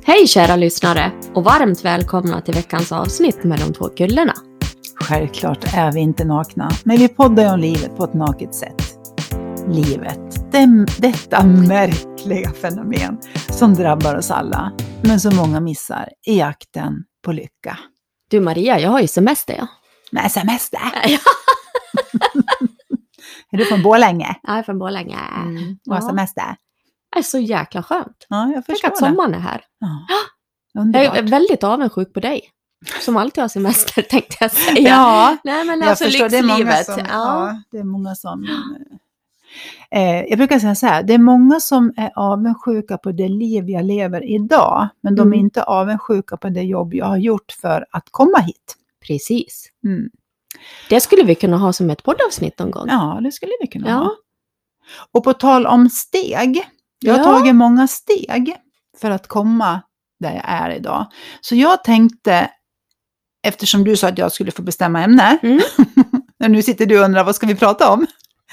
Hej kära lyssnare och varmt välkomna till veckans avsnitt med de två kullorna. Självklart är vi inte nakna, men vi poddar om livet på ett naket sätt. Livet, detta märkliga fenomen som drabbar oss alla, men som många missar i jakten på lycka. Du Maria, jag har ju semester. Ja. Nej, semester? Är du från Borlänge? Jag är från Borlänge. Vad är semester? Det är så jäkla skönt. Ja, jag förstår Tänk att sommaren är här. Ja. Jag är väldigt avundsjuk på dig. Som alltid har semester, tänkte jag säga. Ja, nej, men jag alltså förstår. Det är många som, det är många som... jag brukar säga så här, det är många som är avundsjuka på det liv jag lever idag. Men de är inte avundsjuka på det jobb jag har gjort för att komma hit. Precis. Det skulle vi kunna ha som ett poddavsnitt någon gång. Ja, det skulle vi kunna ha. Och på tal om steg. Jag har tagit många steg för att komma där jag är idag. Så jag tänkte, eftersom du sa att jag skulle få bestämma ämne. Nu sitter du och undrar, vad ska vi prata om?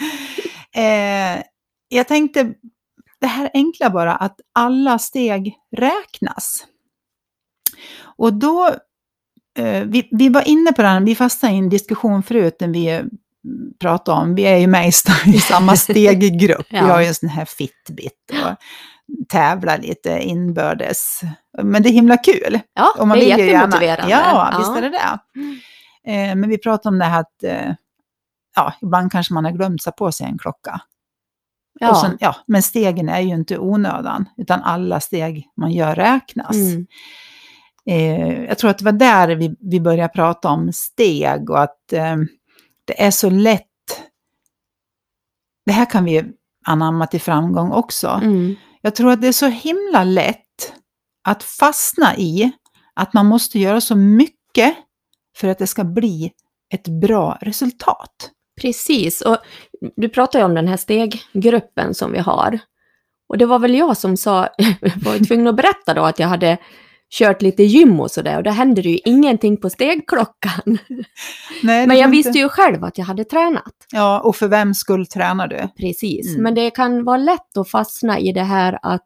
Jag tänkte, det här enkla bara, att alla steg räknas. Och då, vi var inne på det här, vi fastnade i en diskussion förut när vi pratade om, vi är ju med i samma steggrupp. Vi har ju en sån här Fitbit och tävlar lite inbördes. Men det är himla kul. Ja, och man det är vill jättemotiverande. Ja, visst är det det. Men vi pratade om det här att ibland kanske man har glömt sig på sig en klocka. Ja. Och sen, men stegen är ju inte onödan, utan alla steg man gör räknas. Jag tror att det var där vi började prata om steg och att det är så lätt. Det här kan vi anamma till framgång också. Jag tror att det är så himla lätt att fastna i att man måste göra så mycket för att det ska bli ett bra resultat. Precis, och du pratar ju om den här steggruppen som vi har. Och det var väl jag som sa, jag var tvungen att berätta då att jag hade kört lite gym och sådär. Och då hände det ju ingenting på stegklockan. Nej, men jag visste ju själv att jag hade tränat. Ja, och för vem skull tränar du? Precis, men det kan vara lätt att fastna i det här att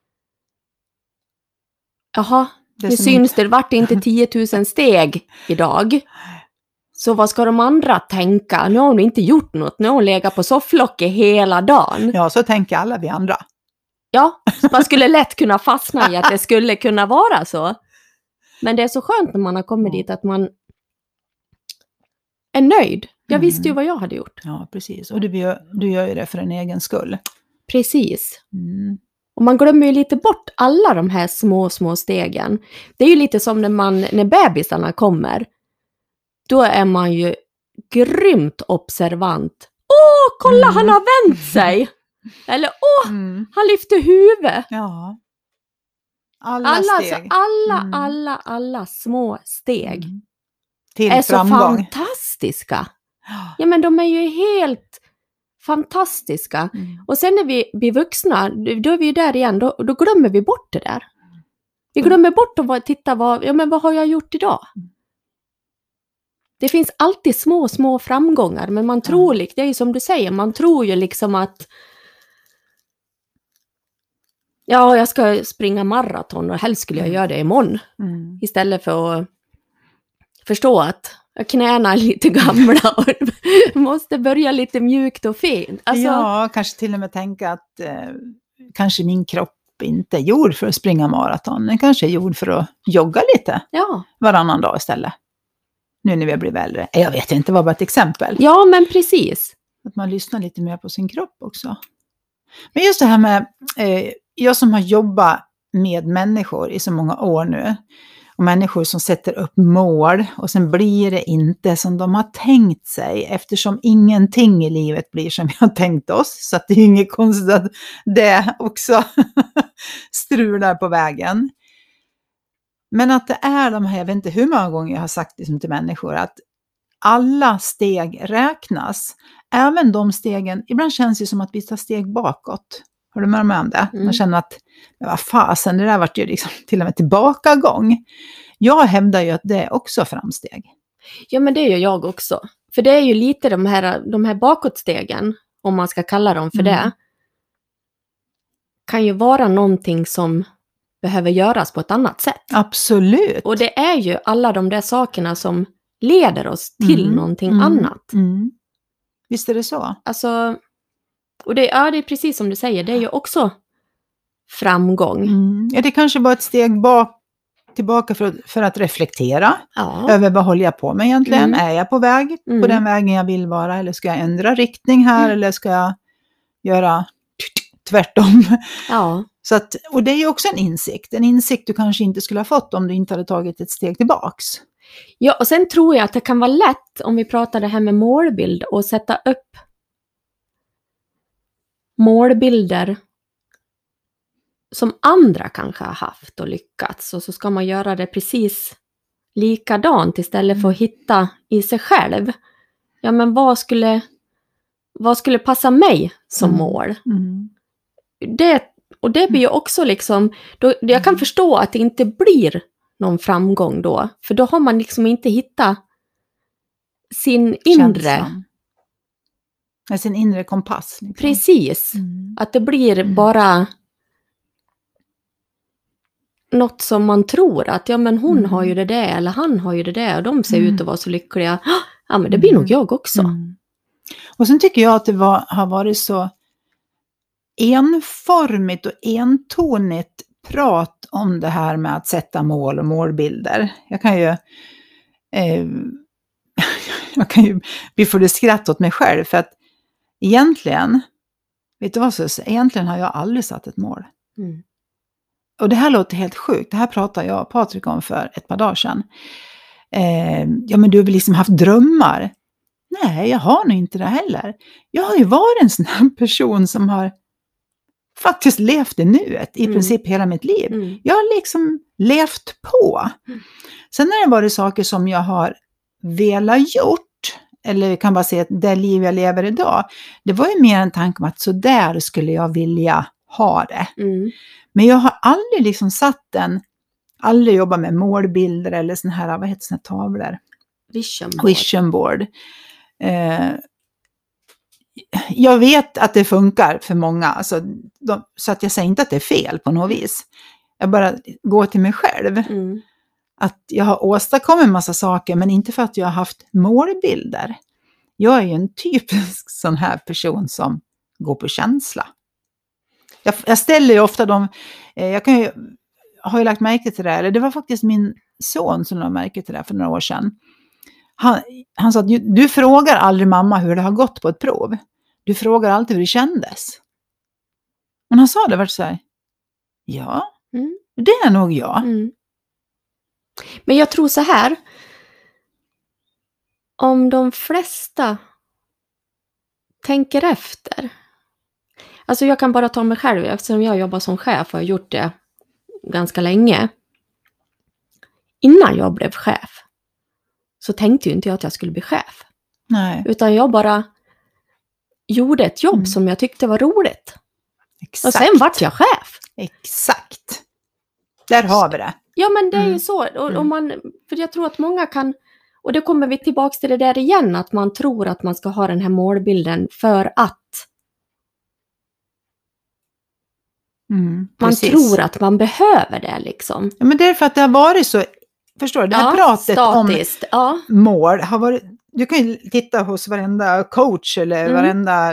det syns det vart inte 10 000 steg idag. Så vad ska de andra tänka? Nu har hon inte gjort något, nu har hon legat på sofflocket hela dagen. Ja, så tänker alla vi andra. Ja, man skulle lätt kunna fastna i att det skulle kunna vara så. Men det är så skönt när man har kommit dit att man är nöjd. Jag visste ju vad jag hade gjort. Ja, precis. Och du gör ju det för en egen skull. Precis. Och man glömmer ju lite bort alla de här små stegen. Det är ju lite som när bebisarna kommer. Då är man ju grymt observant. Kolla han har vänt sig! Eller han lyfter huvudet. Ja. Alla steg. Alla små steg till är framgång. Så fantastiska. Ja, men de är ju helt fantastiska. Och sen när vi blir vuxna, då är vi där igen. Då glömmer vi bort det där. Vi glömmer bort att titta, vad har jag gjort idag? Det finns alltid små framgångar. Men man tror, det är ju som du säger, man tror ju liksom att jag ska springa maraton och helst skulle jag göra det imorgon. Istället för att förstå att knäna är lite gamla och måste börja lite mjukt och fint. Alltså, ja, kanske till och med tänka att kanske min kropp inte är gjord för att springa maraton. Den kanske är gjord för att jogga lite varannan dag istället. Nu när vi blir äldre. Jag vet inte, det var bara ett exempel. Ja, men precis. Att man lyssnar lite mer på sin kropp också. Men just det här med, jag som har jobbat med människor i så många år nu. Och människor som sätter upp mål och sen blir det inte som de har tänkt sig. Eftersom ingenting i livet blir som vi har tänkt oss. Så att det är inget konstigt att det också strular på vägen. Men att det är de här, jag vet inte hur många gånger jag har sagt liksom till människor att alla steg räknas. Även de stegen, ibland känns det som att vi tar steg bakåt. Har du med om det? Man känner att, vad fasen, det där vart ju liksom till och med tillbakagång. Jag hävdar ju att det är också framsteg. Ja, men det gör jag också. För det är ju lite de här bakåtstegen, om man ska kalla dem för det, kan ju vara någonting som behöver göras på ett annat sätt. Absolut. Och det är ju alla de där sakerna som leder oss till någonting annat. Mm. Visst är det så? Alltså, och det är precis som du säger, det är ju också framgång. Ja, det kanske var ett steg tillbaka för att reflektera över vad håller jag på med egentligen. Är jag på väg på den vägen jag vill vara, eller ska jag ändra riktning här, eller ska jag göra tvärtom? Ja. Så att, och det är ju också en insikt du kanske inte skulle ha fått om du inte hade tagit ett steg tillbaks. Ja, och sen tror jag att det kan vara lätt om vi pratar det här med målbild och sätta upp målbilder som andra kanske har haft och lyckats, och så ska man göra det precis likadant istället för att hitta i sig själv. Ja, men vad skulle passa mig som mål? Det blir ju också liksom, jag kan förstå att det inte blir någon framgång då, för då har man liksom inte hittat sin inre... Sin inre kompass. Liksom. Precis. Att det blir bara något som man tror att, ja men hon har ju det där, eller han har ju det där, och de ser ut att vara så lyckliga. Ja, men det blir nog jag också. Och sen tycker jag att det har varit så enformigt och entonigt prat om det här med att sätta mål och målbilder. Jag kan ju bli för det skratt åt mig själv, för att egentligen, vet du vad så egentligen har jag aldrig satt ett mål. Och det här låter helt sjukt. Det här pratade jag och Patrik om för ett par dagar sedan. Ja, men du har väl liksom haft drömmar? Nej, jag har nog inte det heller. Jag har ju varit en sån här person som har faktiskt levt i nuet i princip hela mitt liv. Jag har liksom levt på. Sen har det varit saker som jag har velat gjort, eller vi kan bara säga att det liv jag lever idag, det var ju mer en tanke om att så där skulle jag vilja ha det. Men jag har aldrig liksom aldrig jobbat med målbilder eller sån här, vad heter såna här tavlor? Vision board. Jag vet att det funkar för många, alltså, så att jag säger inte att det är fel på något vis. Jag bara går till mig själv. Att jag har åstadkommit en massa saker, men inte för att jag har haft målbilder. Jag är ju en typisk sån här person som går på känsla. Jag ställer ju ofta har ju lagt märke till det, eller det var faktiskt min son som lade märke till det för några år sedan. Han sa att du frågar aldrig mamma hur det har gått på ett prov. Du frågar alltid hur det kändes. Men han sa det, var så här, ja, det är nog jag. Men jag tror så här, om de flesta tänker efter. Alltså jag kan bara ta mig själv, eftersom jag jobbar som chef och har gjort det ganska länge. Innan jag blev chef så tänkte ju inte jag att jag skulle bli chef. Nej. Utan jag bara gjorde ett jobb som jag tyckte var roligt. Exakt. Och sen vart jag chef. Exakt. Där har vi det. Ja, men det är ju så. Och för jag tror att många kan, och då kommer vi tillbaka till det där igen, att man tror att man ska ha den här målbilden för att man tror att man behöver det liksom. Ja, men det är för att det har varit så, förstår du, det här pratet statiskt, om mål har varit, du kan ju titta hos varenda coach eller varenda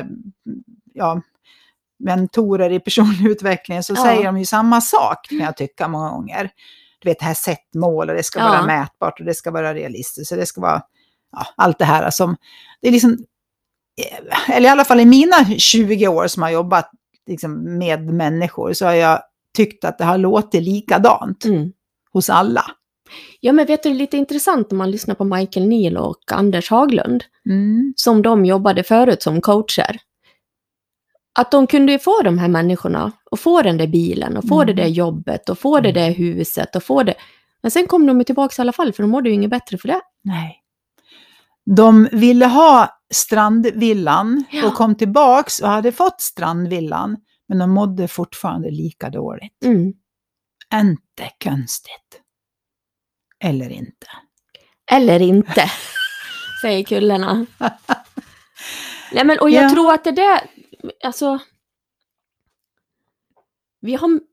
mentorer i personlig utveckling, så säger de ju samma sak, kan jag tycka många gånger. Du vet, det här sätt mål, och det ska vara mätbart, och det ska vara realistiskt, och det ska vara allt det här som, det är liksom, eller i alla fall i mina 20 år som har jobbat liksom med människor, så har jag tyckt att det har låtit likadant hos alla. Ja, men vet du, det är lite intressant när man lyssnar på Michael Neal och Anders Haglund, som de jobbade förut som coacher. Att de kunde ju få de här människorna och få den där bilen och få det där jobbet och få det där huset och få det. Men sen kom de tillbaka i alla fall, för de mådde ju inget bättre för det. Nej. De ville ha strandvillan och kom tillbaks och hade fått strandvillan, men de mådde fortfarande lika dåligt. Inte konstigt. Eller inte. Eller inte, säger kullarna. Nej, men, och jag tror att det där, alltså, vi har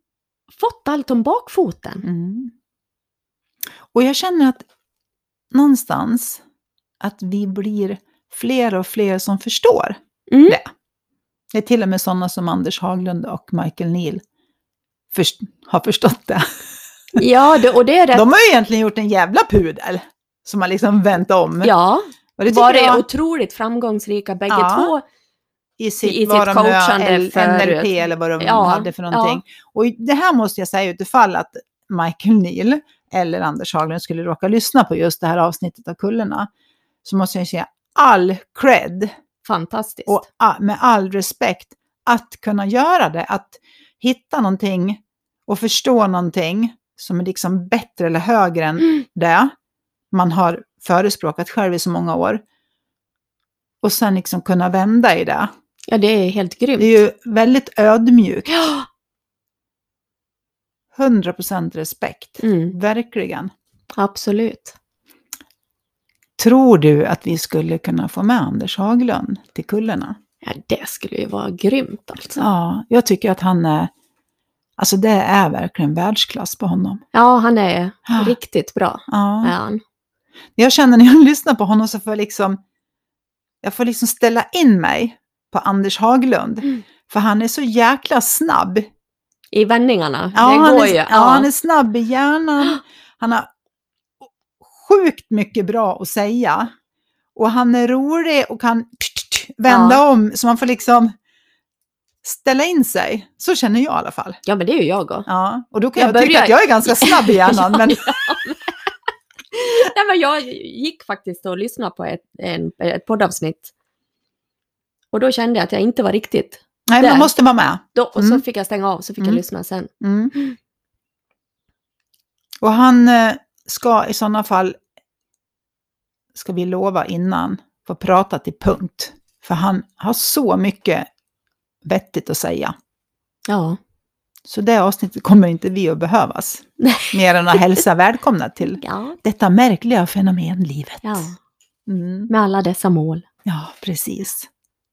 fått allt om bakfoten. Mm. Och jag känner att någonstans att vi blir fler och fler som förstår det. Det är till och med sådana som Anders Haglund och Michael Neal har förstått det. Ja, och det är rätt. De har ju egentligen gjort en jävla pudel som har liksom vänt om. Ja, och det var otroligt framgångsrika bägge två. I sitt coachande NLP eller vad de hade för någonting. Ja. Och det här måste jag säga utifall att Michael Neal eller Anders Haglund skulle råka lyssna på just det här avsnittet av Kullarna, så måste jag säga all cred. Fantastiskt. Och med all respekt att kunna göra det, att hitta någonting och förstå någonting som är liksom bättre eller högre än det man har förespråkat själv i så många år. Och sen liksom kunna vända i det. Ja, det är helt grymt. Det är ju väldigt ödmjukt. Ja. 100% respekt. Verkligen. Absolut. Tror du att vi skulle kunna få med Anders Haglund till Kullarna? Ja, det skulle ju vara grymt alltså. Ja, jag tycker att han är... Alltså det är verkligen världsklass på honom. Ja, han är riktigt bra. Ja. Ja. Jag känner när jag lyssnar på honom så får jag får liksom ställa in mig på Anders Haglund. För han är så jäkla snabb. I vändningarna. Ja, det går ju. Ja. Han är snabb i hjärnan. Han har sjukt mycket bra att säga. Och han är rolig och kan vända om. Så man får liksom ställa in sig. Så känner jag i alla fall. Ja, men det är ju jag också. Ja, och då kan jag tycka att jag är ganska snabb i hjärnan. Men... Nej, men jag gick faktiskt och lyssnade på ett poddavsnitt. Och då kände jag att jag inte var riktigt Nej, där. Man måste vara med. Och så fick jag stänga av, så fick jag lyssna sen. Och han ska i sådana fall, ska vi lova innan, få prata till punkt. För han har så mycket vettigt att säga. Ja. Så det avsnittet kommer inte vi att behövas. Mer än att hälsa välkomna till detta märkliga fenomen, livet. Ja. Med alla dessa mål. Ja, precis.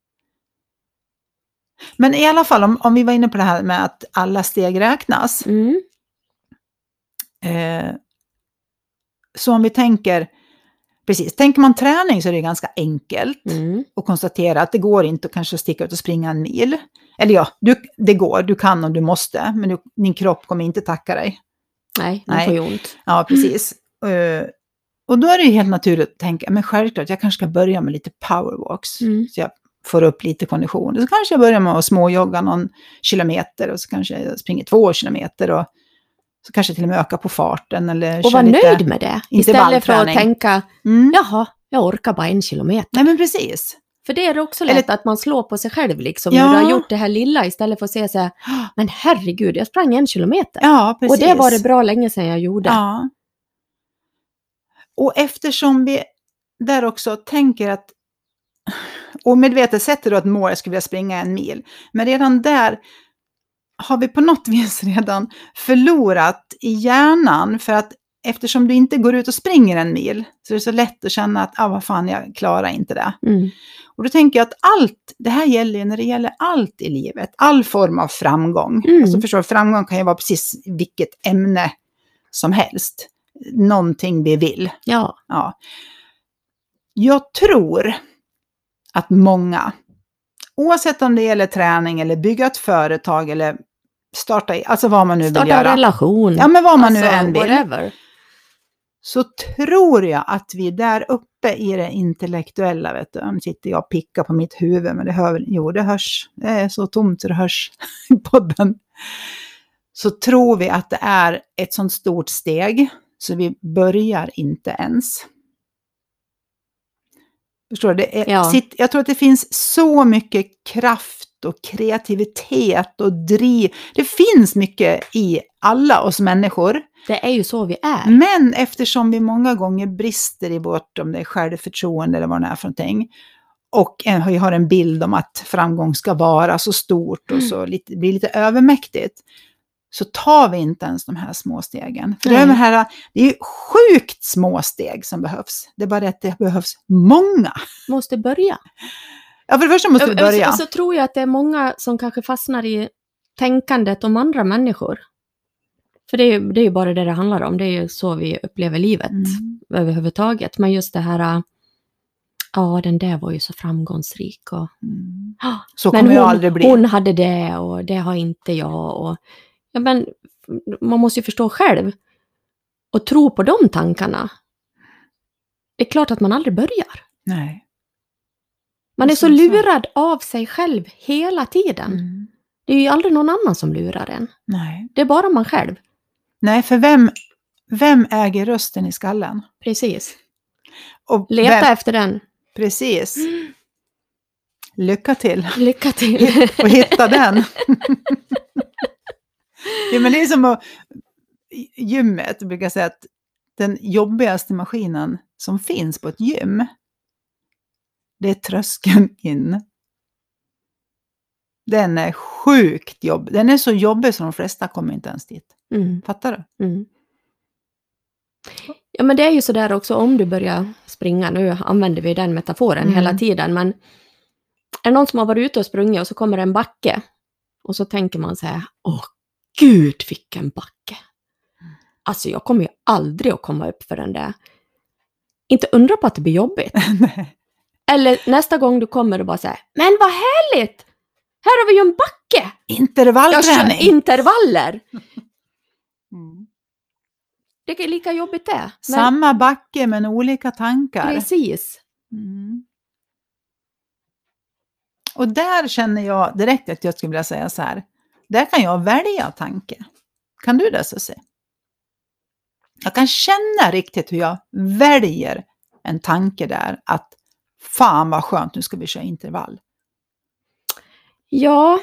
Men i alla fall, om vi var inne på det här med att alla steg räknas. Så om vi tänker man träning så är det ganska enkelt att konstatera att det går inte att kanske sticka ut och springa en mil. Eller ja, det går, du kan och du måste, men din kropp kommer inte tacka dig. Nej, det får ju ont. Ja, precis. Och då är det ju helt naturligt att tänka, men självklart, jag kanske ska börja med lite powerwalks. Så jag får upp lite kondition. Så kanske jag börjar med att småjogga någon kilometer och så kanske jag springer 2 kilometer och så kanske till och med öka på farten. Eller och vara nöjd med det. Istället för att tänka, jaha, jag orkar bara 1 kilometer. Nej, men precis. För det är också lätt att man slår på sig själv liksom. När du har gjort det här lilla istället för att säga så här, men herregud, jag sprang 1 kilometer. Ja, precis. Och det var det bra länge sedan jag gjorde. Ja. Och eftersom vi där också tänker att, och medvetet sätter du ett mål, jag skulle vilja springa 1 mil. Men redan där har vi på något vis redan förlorat i hjärnan, för att eftersom du inte går ut och springer 1 mil så är det så lätt att känna att vad fan, jag klarar inte det. Och då tänker jag att det här gäller ju när det gäller allt i livet, all form av framgång. Alltså förstår, framgång kan ju vara precis vilket ämne som helst. Någonting vi vill. Ja. Jag tror att många, oavsett om det gäller träning eller bygga ett företag eller alltså vad man nu vill göra. Starta en relation. Ja, men vad man nu än vill. Whatever. Så tror jag att vi där uppe i det intellektuella, vet du. Nu sitter jag och pickar på mitt huvud, men det hörs. Det är så tomt så det hörs i podden. Så tror vi att det är ett sånt stort steg så vi börjar inte ens. Förstår du? Jag tror att det finns så mycket kraft och kreativitet och driv. Det finns mycket i alla oss människor. Det är ju så vi är. Men eftersom vi många gånger brister i vårt, om det är självförtroende eller vad det är för någonting, och vi har en bild om att framgång ska vara så stort och så blir lite övermäktigt, så tar vi inte ens de här små stegen. För det är ju sjukt små steg som behövs. Det är bara att det behövs många. Måste börja. Ja, för det första måste vi börja. Så tror jag att det är många som kanske fastnar i tänkandet om andra människor. För det är ju bara det handlar om. Det är ju så vi upplever livet överhuvudtaget. Men just det här, den där var ju så framgångsrik. Och, Så men kommer jag aldrig bli. Hon hade det och det har inte jag. Och, men man måste ju förstå själv och tro på de tankarna. Det är klart att man aldrig börjar. Nej. Man är så lurad av sig själv hela tiden. Det är ju aldrig någon annan som lurar en. Nej. Det är bara man själv. Nej, för vem äger rösten i skallen? Precis. Och leta efter den. Precis. Lycka till. Lycka till. Och hitta den. Ja, men det är som att gymmet, jag brukar säga att den jobbigaste maskinen som finns på ett gym, det är tröskeln in. Den är sjukt jobbig. Den är så jobbig som de flesta kommer inte ens dit. Fattar du? Ja, men det är ju så där också om du börjar springa. Nu använder vi den metaforen hela tiden. Men är det någon som har varit ute och sprungit och så kommer en backe. Och så tänker man så här, gud vilken backe. Alltså jag kommer ju aldrig att komma upp för den där. Inte undra på att det blir jobbigt. Eller nästa gång du kommer och bara säger, men vad härligt! Här har vi ju en backe! Intervallträning! Intervaller! Det är lika jobbigt det. Men... Samma backe men olika tankar. Precis. Och där känner jag direkt att jag skulle vilja säga så här. Där kan jag välja tanke. Kan du det, Susie? Jag kan känna riktigt hur jag väljer en tanke där. Att fan vad skönt, nu ska vi köra intervall. Ja.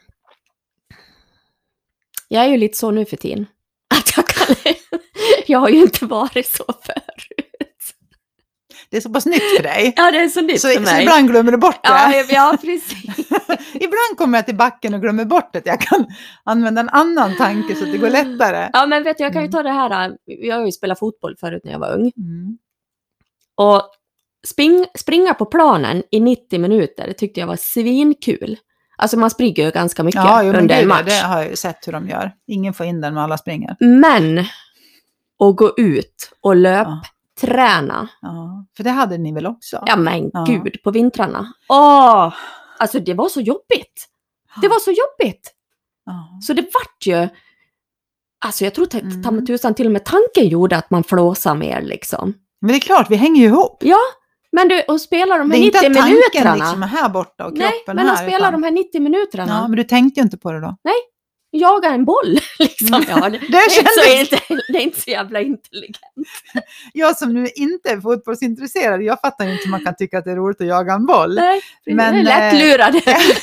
Jag är ju lite så nu för tiden. Att jag har ju inte varit så förut. Det är så pass nytt för dig. Ja, det är så nytt för mig. Så ibland glömmer du bort det. Ja, precis. Ibland kommer jag till backen och glömmer bort det. Jag kan använda en annan tanke så att det går lättare. Ja, men vet du, jag kan ju ta det här. Jag har ju spelat fotboll förut när jag var ung. Och springa på planen i 90 minuter, det tyckte jag var svinkul. Alltså man springer ju ganska mycket under en match. Det har jag ju sett hur de gör. Ingen får in den när alla springer. Men att gå ut och löpträna. Ja, för det hade ni väl också? Ja, men gud, på vintrarna. Alltså det var så jobbigt. Det var så jobbigt. Så det vart ju... Alltså jag tror att till och med tanken gjorde att man flåsar mer liksom. Men det är klart, vi hänger ju ihop. Ja, men du, och spelar de här 90 minuterna. Det är inte tanken liksom här borta och kroppen här. Nej, men att spela de här 90 minuterna. Ja, men du tänkte ju inte på det då. Nej, jaga en boll liksom. Ja, det är inte så jävla intelligent. Jag som nu inte är fotbollsintresserad, jag fattar ju inte hur man kan tycka att det är roligt att jaga en boll. Nej, men det är lättlurad.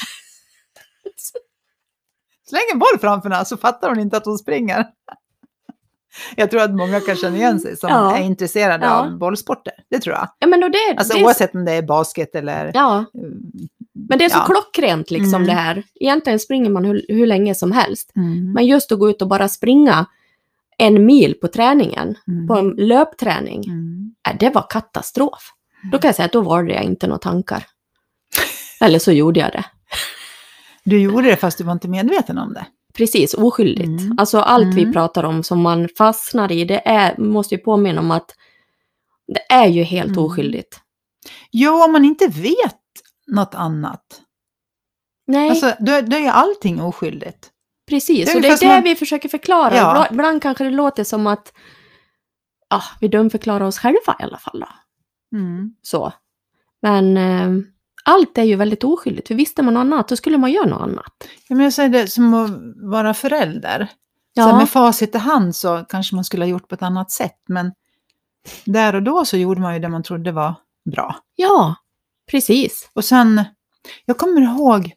Släng en boll framför henne så fattar hon inte att hon springer. Jag tror att många kan känna igen sig som är intresserade av bollsporter. Det tror jag. Ja, men då oavsett om det är basket eller... Ja. Men det är så klockrent liksom det här. Egentligen springer man hur länge som helst. Men just att gå ut och bara springa 1 mil på träningen. På en löpträning. Det var katastrof. Då kan jag säga att då var det inte några tankar. Eller så gjorde jag det. Du gjorde det fast du var inte medveten om det. Precis, oskyldigt. Alltså allt vi pratar om som man fastnar i, måste ju påminna om att det är ju helt oskyldigt. Jo, om man inte vet något annat. Nej. Alltså, då är ju allting oskyldigt. Precis, och det är det vi försöker förklara. Ja. Ibland kanske det låter som att vi dumförklarar oss själva i alla fall då. Så. Men... allt är ju väldigt oskyldigt. För visste man något annat, då skulle man göra något annat. Ja, men jag säger det som att vara förälder. Så med facit i hand så kanske man skulle ha gjort på ett annat sätt. Men där och då så gjorde man ju det man trodde var bra. Ja, precis. Och sen, jag kommer ihåg,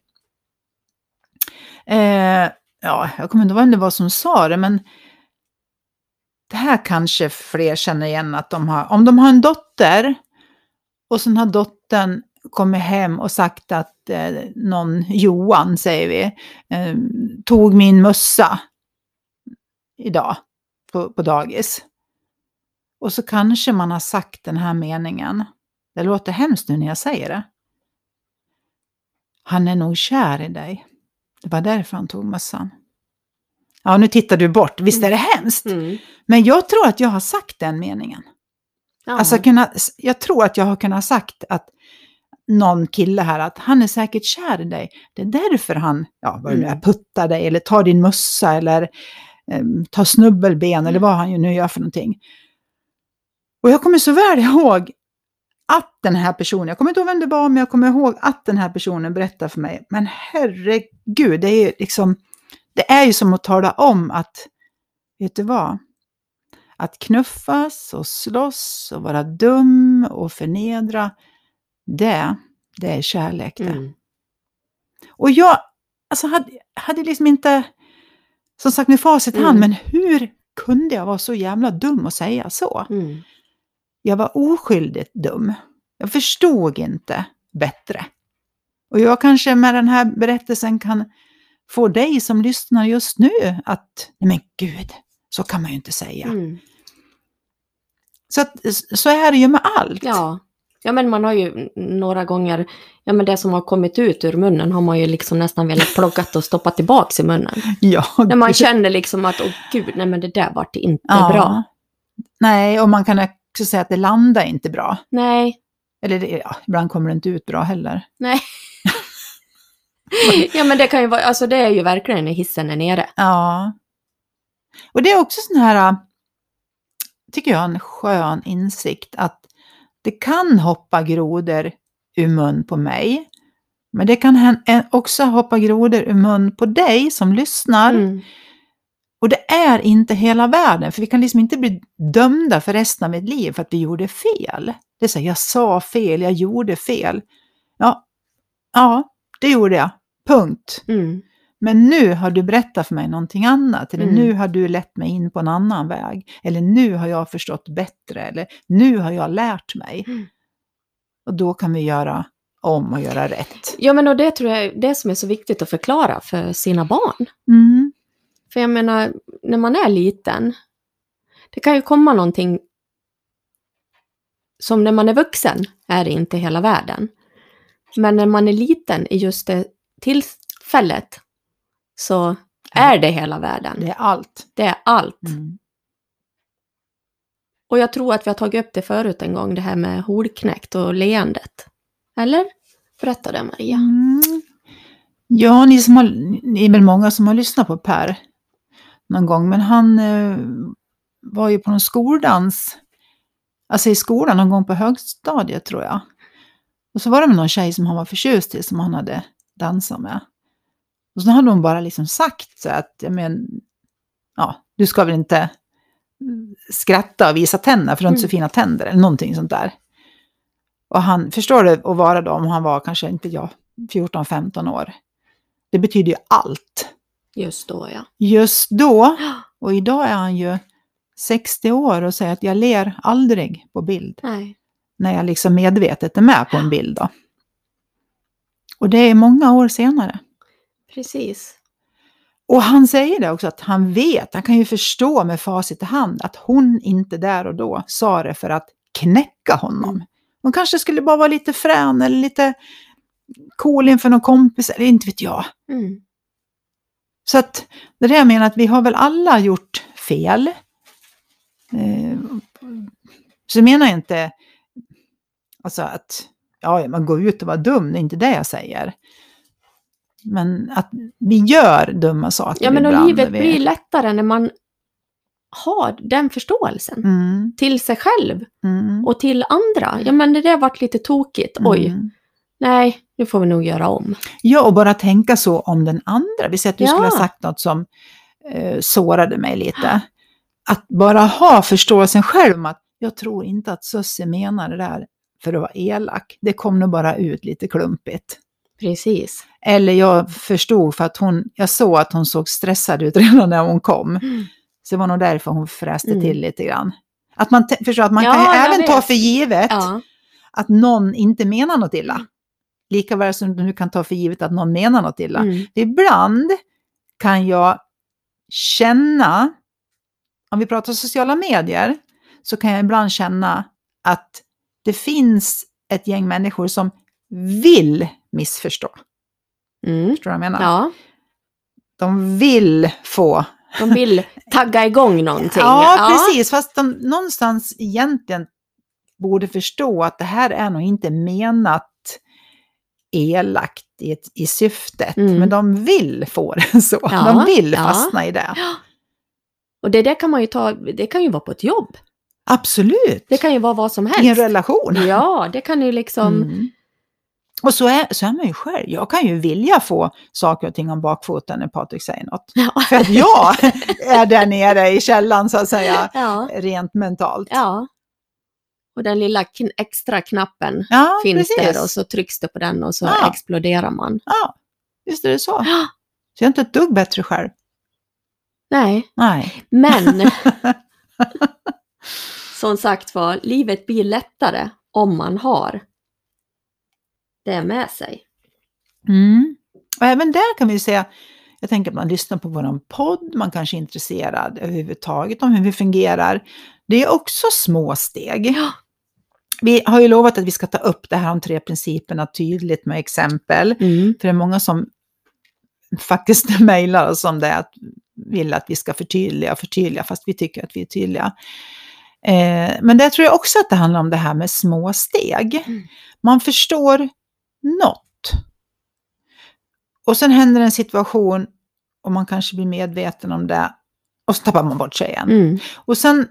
jag kommer inte ihåg vem det var som sa det, men det här kanske fler känner igen att om de har en dotter och sen har dottern kommit hem och sagt att någon Johan, säger vi, tog min mössa idag på dagis. Och så kanske man har sagt den här meningen. Det låter hemskt nu när jag säger det. Han är nog kär i dig. Det var därför han tog mössan. Ja, nu tittar du bort. Visst är det hemskt? Men jag tror att jag har sagt den meningen. Ja. Alltså jag tror att jag har kunnat sagt att någon kille här, att han är säkert kär i dig. Det är därför han, vad det nu är, puttar dig eller tar din mössa eller tar snubbelben eller vad han ju nu gör för någonting. Och jag kommer så väl ihåg att den här personen, jag kommer inte ihåg vem det var, men jag kommer ihåg att den här personen berättade för mig. Men herregud, det är ju som att tala om att, vet du vad? Att knuffas och slåss och vara dum och förnedra, det är kärlek det. Och jag hade liksom inte, som sagt med facit i hand, men hur kunde jag vara så jävla dum och säga så? Jag var oskyldigt dum. Jag förstod inte bättre. Och jag kanske med den här berättelsen kan få dig som lyssnar just nu att, nej men gud, så kan man ju inte säga. Så är det ju med allt. Ja, men man har ju några gånger, men det som har kommit ut ur munnen har man ju liksom nästan velat plockat och stoppat tillbaka i munnen. Ja, när man känner liksom att, gud, nej men det där var det inte bra. Nej, och man kan också säga att det landar inte bra. Nej. Eller ibland kommer det inte ut bra heller. Nej. Ja, men det kan ju vara, alltså det är ju verkligen när hissen är nere. Ja. Och det är också sån här, tycker jag, en skön insikt att det kan hoppa grodor ur mun på mig. Men det kan också hoppa grodor ur mun på dig som lyssnar. Och det är inte hela världen. För vi kan liksom inte bli dömda för resten av ett liv för att vi gjorde fel. Det är så här, jag sa fel, jag gjorde fel. Ja, det gjorde jag. Punkt. Men nu har du berättat för mig någonting annat. Eller nu har du lett mig in på en annan väg. Eller nu har jag förstått bättre. Eller nu har jag lärt mig. Och då kan vi göra om och göra rätt. Ja, men och det tror jag är det som är så viktigt att förklara för sina barn. För jag menar, när man är liten, det kan ju komma någonting som när man är vuxen är det inte hela världen. Men när man är liten i just det tillfället så är det hela världen. Det är allt. Det är allt. Och jag tror att vi har tagit upp det förut en gång, det här med horknäckt och leendet. Eller? Berätta det, Maria. Ja, ni är väl många som har lyssnat på Per någon gång. Men han var ju på någon skoldans. Alltså i skolan någon gång på högstadiet tror jag. Och så var det med någon tjej som han var förtjust i som han hade dansat med. Och så hade hon bara liksom sagt så att, du ska väl inte skratta och visa tänder för du har inte så fina tänder eller någonting sånt där. Och han förstår det att vara då om han var kanske inte 14-15 år. Det betyder ju allt. Just då, ja. Just då. Och idag är han ju 60 år och säger att jag ler aldrig på bild. Nej. När jag liksom medvetet är med på en bild då. Och det är många år senare. Precis. Och han säger det också att han kan ju förstå med facit i hand att hon inte där och då sa det för att knäcka honom. Hon kanske skulle bara vara lite frän eller lite cool inför någon kompis eller inte vet jag. Så att det där jag menar att vi har väl alla gjort fel. Så jag menar inte alltså att man går ut och var dum, det är inte det jag säger. Men att vi gör dumma saker. Ja, men och livet blir lättare när man har den förståelsen till sig själv och till andra. Ja, men det där varit lite tokigt. Oj, nej, nu får vi nog göra om. Ja, och bara tänka så om den andra. Vi säger att du skulle ha sagt något som sårade mig lite. Att bara ha förståelsen själv om att jag tror inte att Sussie menar det där för att vara elak. Det kom nog bara ut lite klumpigt. Precis. Eller jag förstod för att jag såg att hon såg stressad ut redan när hon kom. Så det var nog därför hon fräste till lite grann. Att man förstår att man kan ju även ta för givet att någon inte menar något illa. Lika väl som du kan ta för givet att någon menar något illa. Ibland kan jag känna, om vi pratar sociala medier, så kan jag ibland känna att det finns ett gäng människor som vill missförstå. Förstår du vad jag menar? Ja. De vill få De vill tagga igång någonting. Ja, precis. Fast de någonstans egentligen borde förstå att det här är nog inte menat elakt i syftet. Men de vill få det så. Ja, de vill fastna i det. Och det kan man ju ta, det kan ju vara på ett jobb. Absolut. Det kan ju vara vad som helst. I en relation. Ja, det kan ju liksom... Och så är man ju själv. Jag kan ju vilja få saker och ting om bakfoten när Patrik säger något. Ja. För att jag är där nere i källan så att säga. Rent mentalt. Ja. Och den lilla extra knappen finns där och så trycks det på den och så exploderar man. Ja, visst är det så. Ja. Så jag är inte ett dugg bättre själv. Nej. Men som sagt var, livet blir lättare om man har det med sig. Och även där kan vi säga, jag tänker att man lyssnar på våran podd, man kanske är intresserad överhuvudtaget om hur vi fungerar. Det är också små steg. Ja. Vi har ju lovat att vi ska ta upp det här om 3 principerna tydligt med exempel. För det är många som faktiskt mejlar oss om det, att vill att vi ska förtydliga fast vi tycker att vi är tydliga. Men det tror jag också att det handlar om det här med små steg. Man förstår något. Och sen händer en situation och man kanske blir medveten om det och så tappar man bort sig igen. Och sen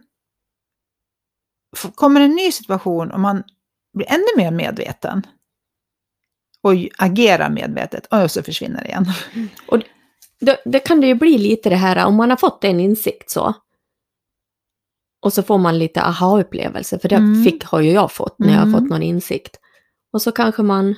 kommer en ny situation och man blir ännu mer medveten och agerar medvetet och så försvinner det igen. Och det kan det ju bli lite det här om man har fått en insikt så. Och så får man lite aha-upplevelse, för det har ju jag fått när jag har fått någon insikt. Och så kanske man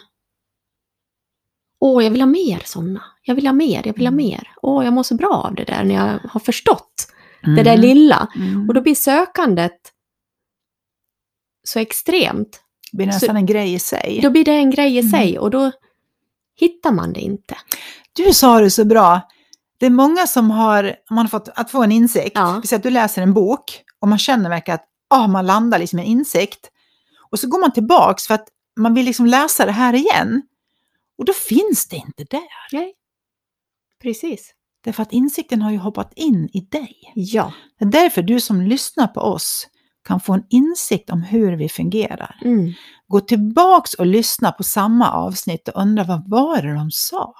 jag vill ha mer sådana. Jag vill ha mer. Jag mår så bra av det där när jag har förstått det där lilla. Och då blir sökandet så extremt. Det blir nästan en grej i sig. Då blir det en grej i sig och då hittar man det inte. Du sa det så bra. Det är många som har fått att få en insikt. Vi säger att du läser en bok och man känner verkligen att man landar liksom i en insikt. Och så går man tillbaks för att man vill liksom läsa det här igen. Och då finns det inte där. Nej, precis. Därför att insikten har ju hoppat in i dig. Ja. Det är därför du som lyssnar på oss kan få en insikt om hur vi fungerar. Gå tillbaks och lyssna på samma avsnitt och undra vad var det de sa.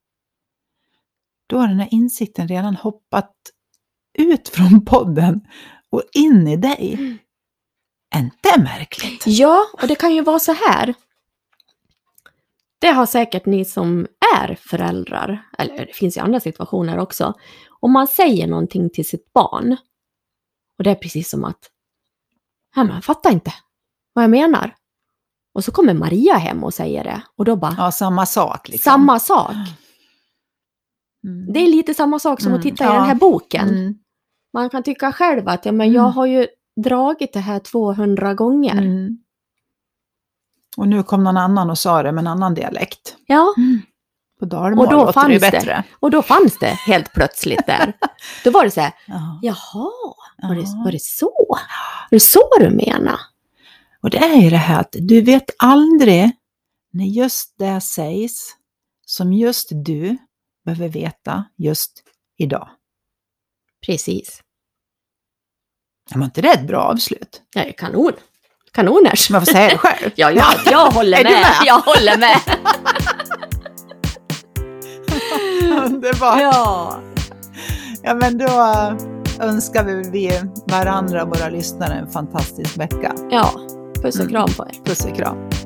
Då har den här insikten redan hoppat ut från podden och in i dig. Är inte märkligt? Ja, och det kan ju vara så här. Det har säkert ni som är föräldrar, eller det finns ju andra situationer också. Om man säger någonting till sitt barn, och det är precis som att man fattar inte vad jag menar. Och så kommer Maria hem och säger det. Och då bara... Ja, samma sak. Liksom. Samma sak. Det är lite samma sak som att titta i den här boken. Man kan tycka själv att jag har ju dragit det här 200 gånger. Och nu kom någon annan och sa det med en annan dialekt. Ja. På dalmål låter det bättre. Och då fanns det helt plötsligt där. Då var det så här, jaha, var det så? Var det så du menar? Och det är ju det här att du vet aldrig när just det sägs som just du behöver veta just idag. Precis. Var inte det ett bra avslut? Ja, det är kanon. Kanoners. Man får säga det själv. Ja, jag håller med. Jag håller med. Underbart. Ja, men då önskar vi varandra och våra lyssnare en fantastisk vecka. Ja, puss och kram på er. Puss och kram.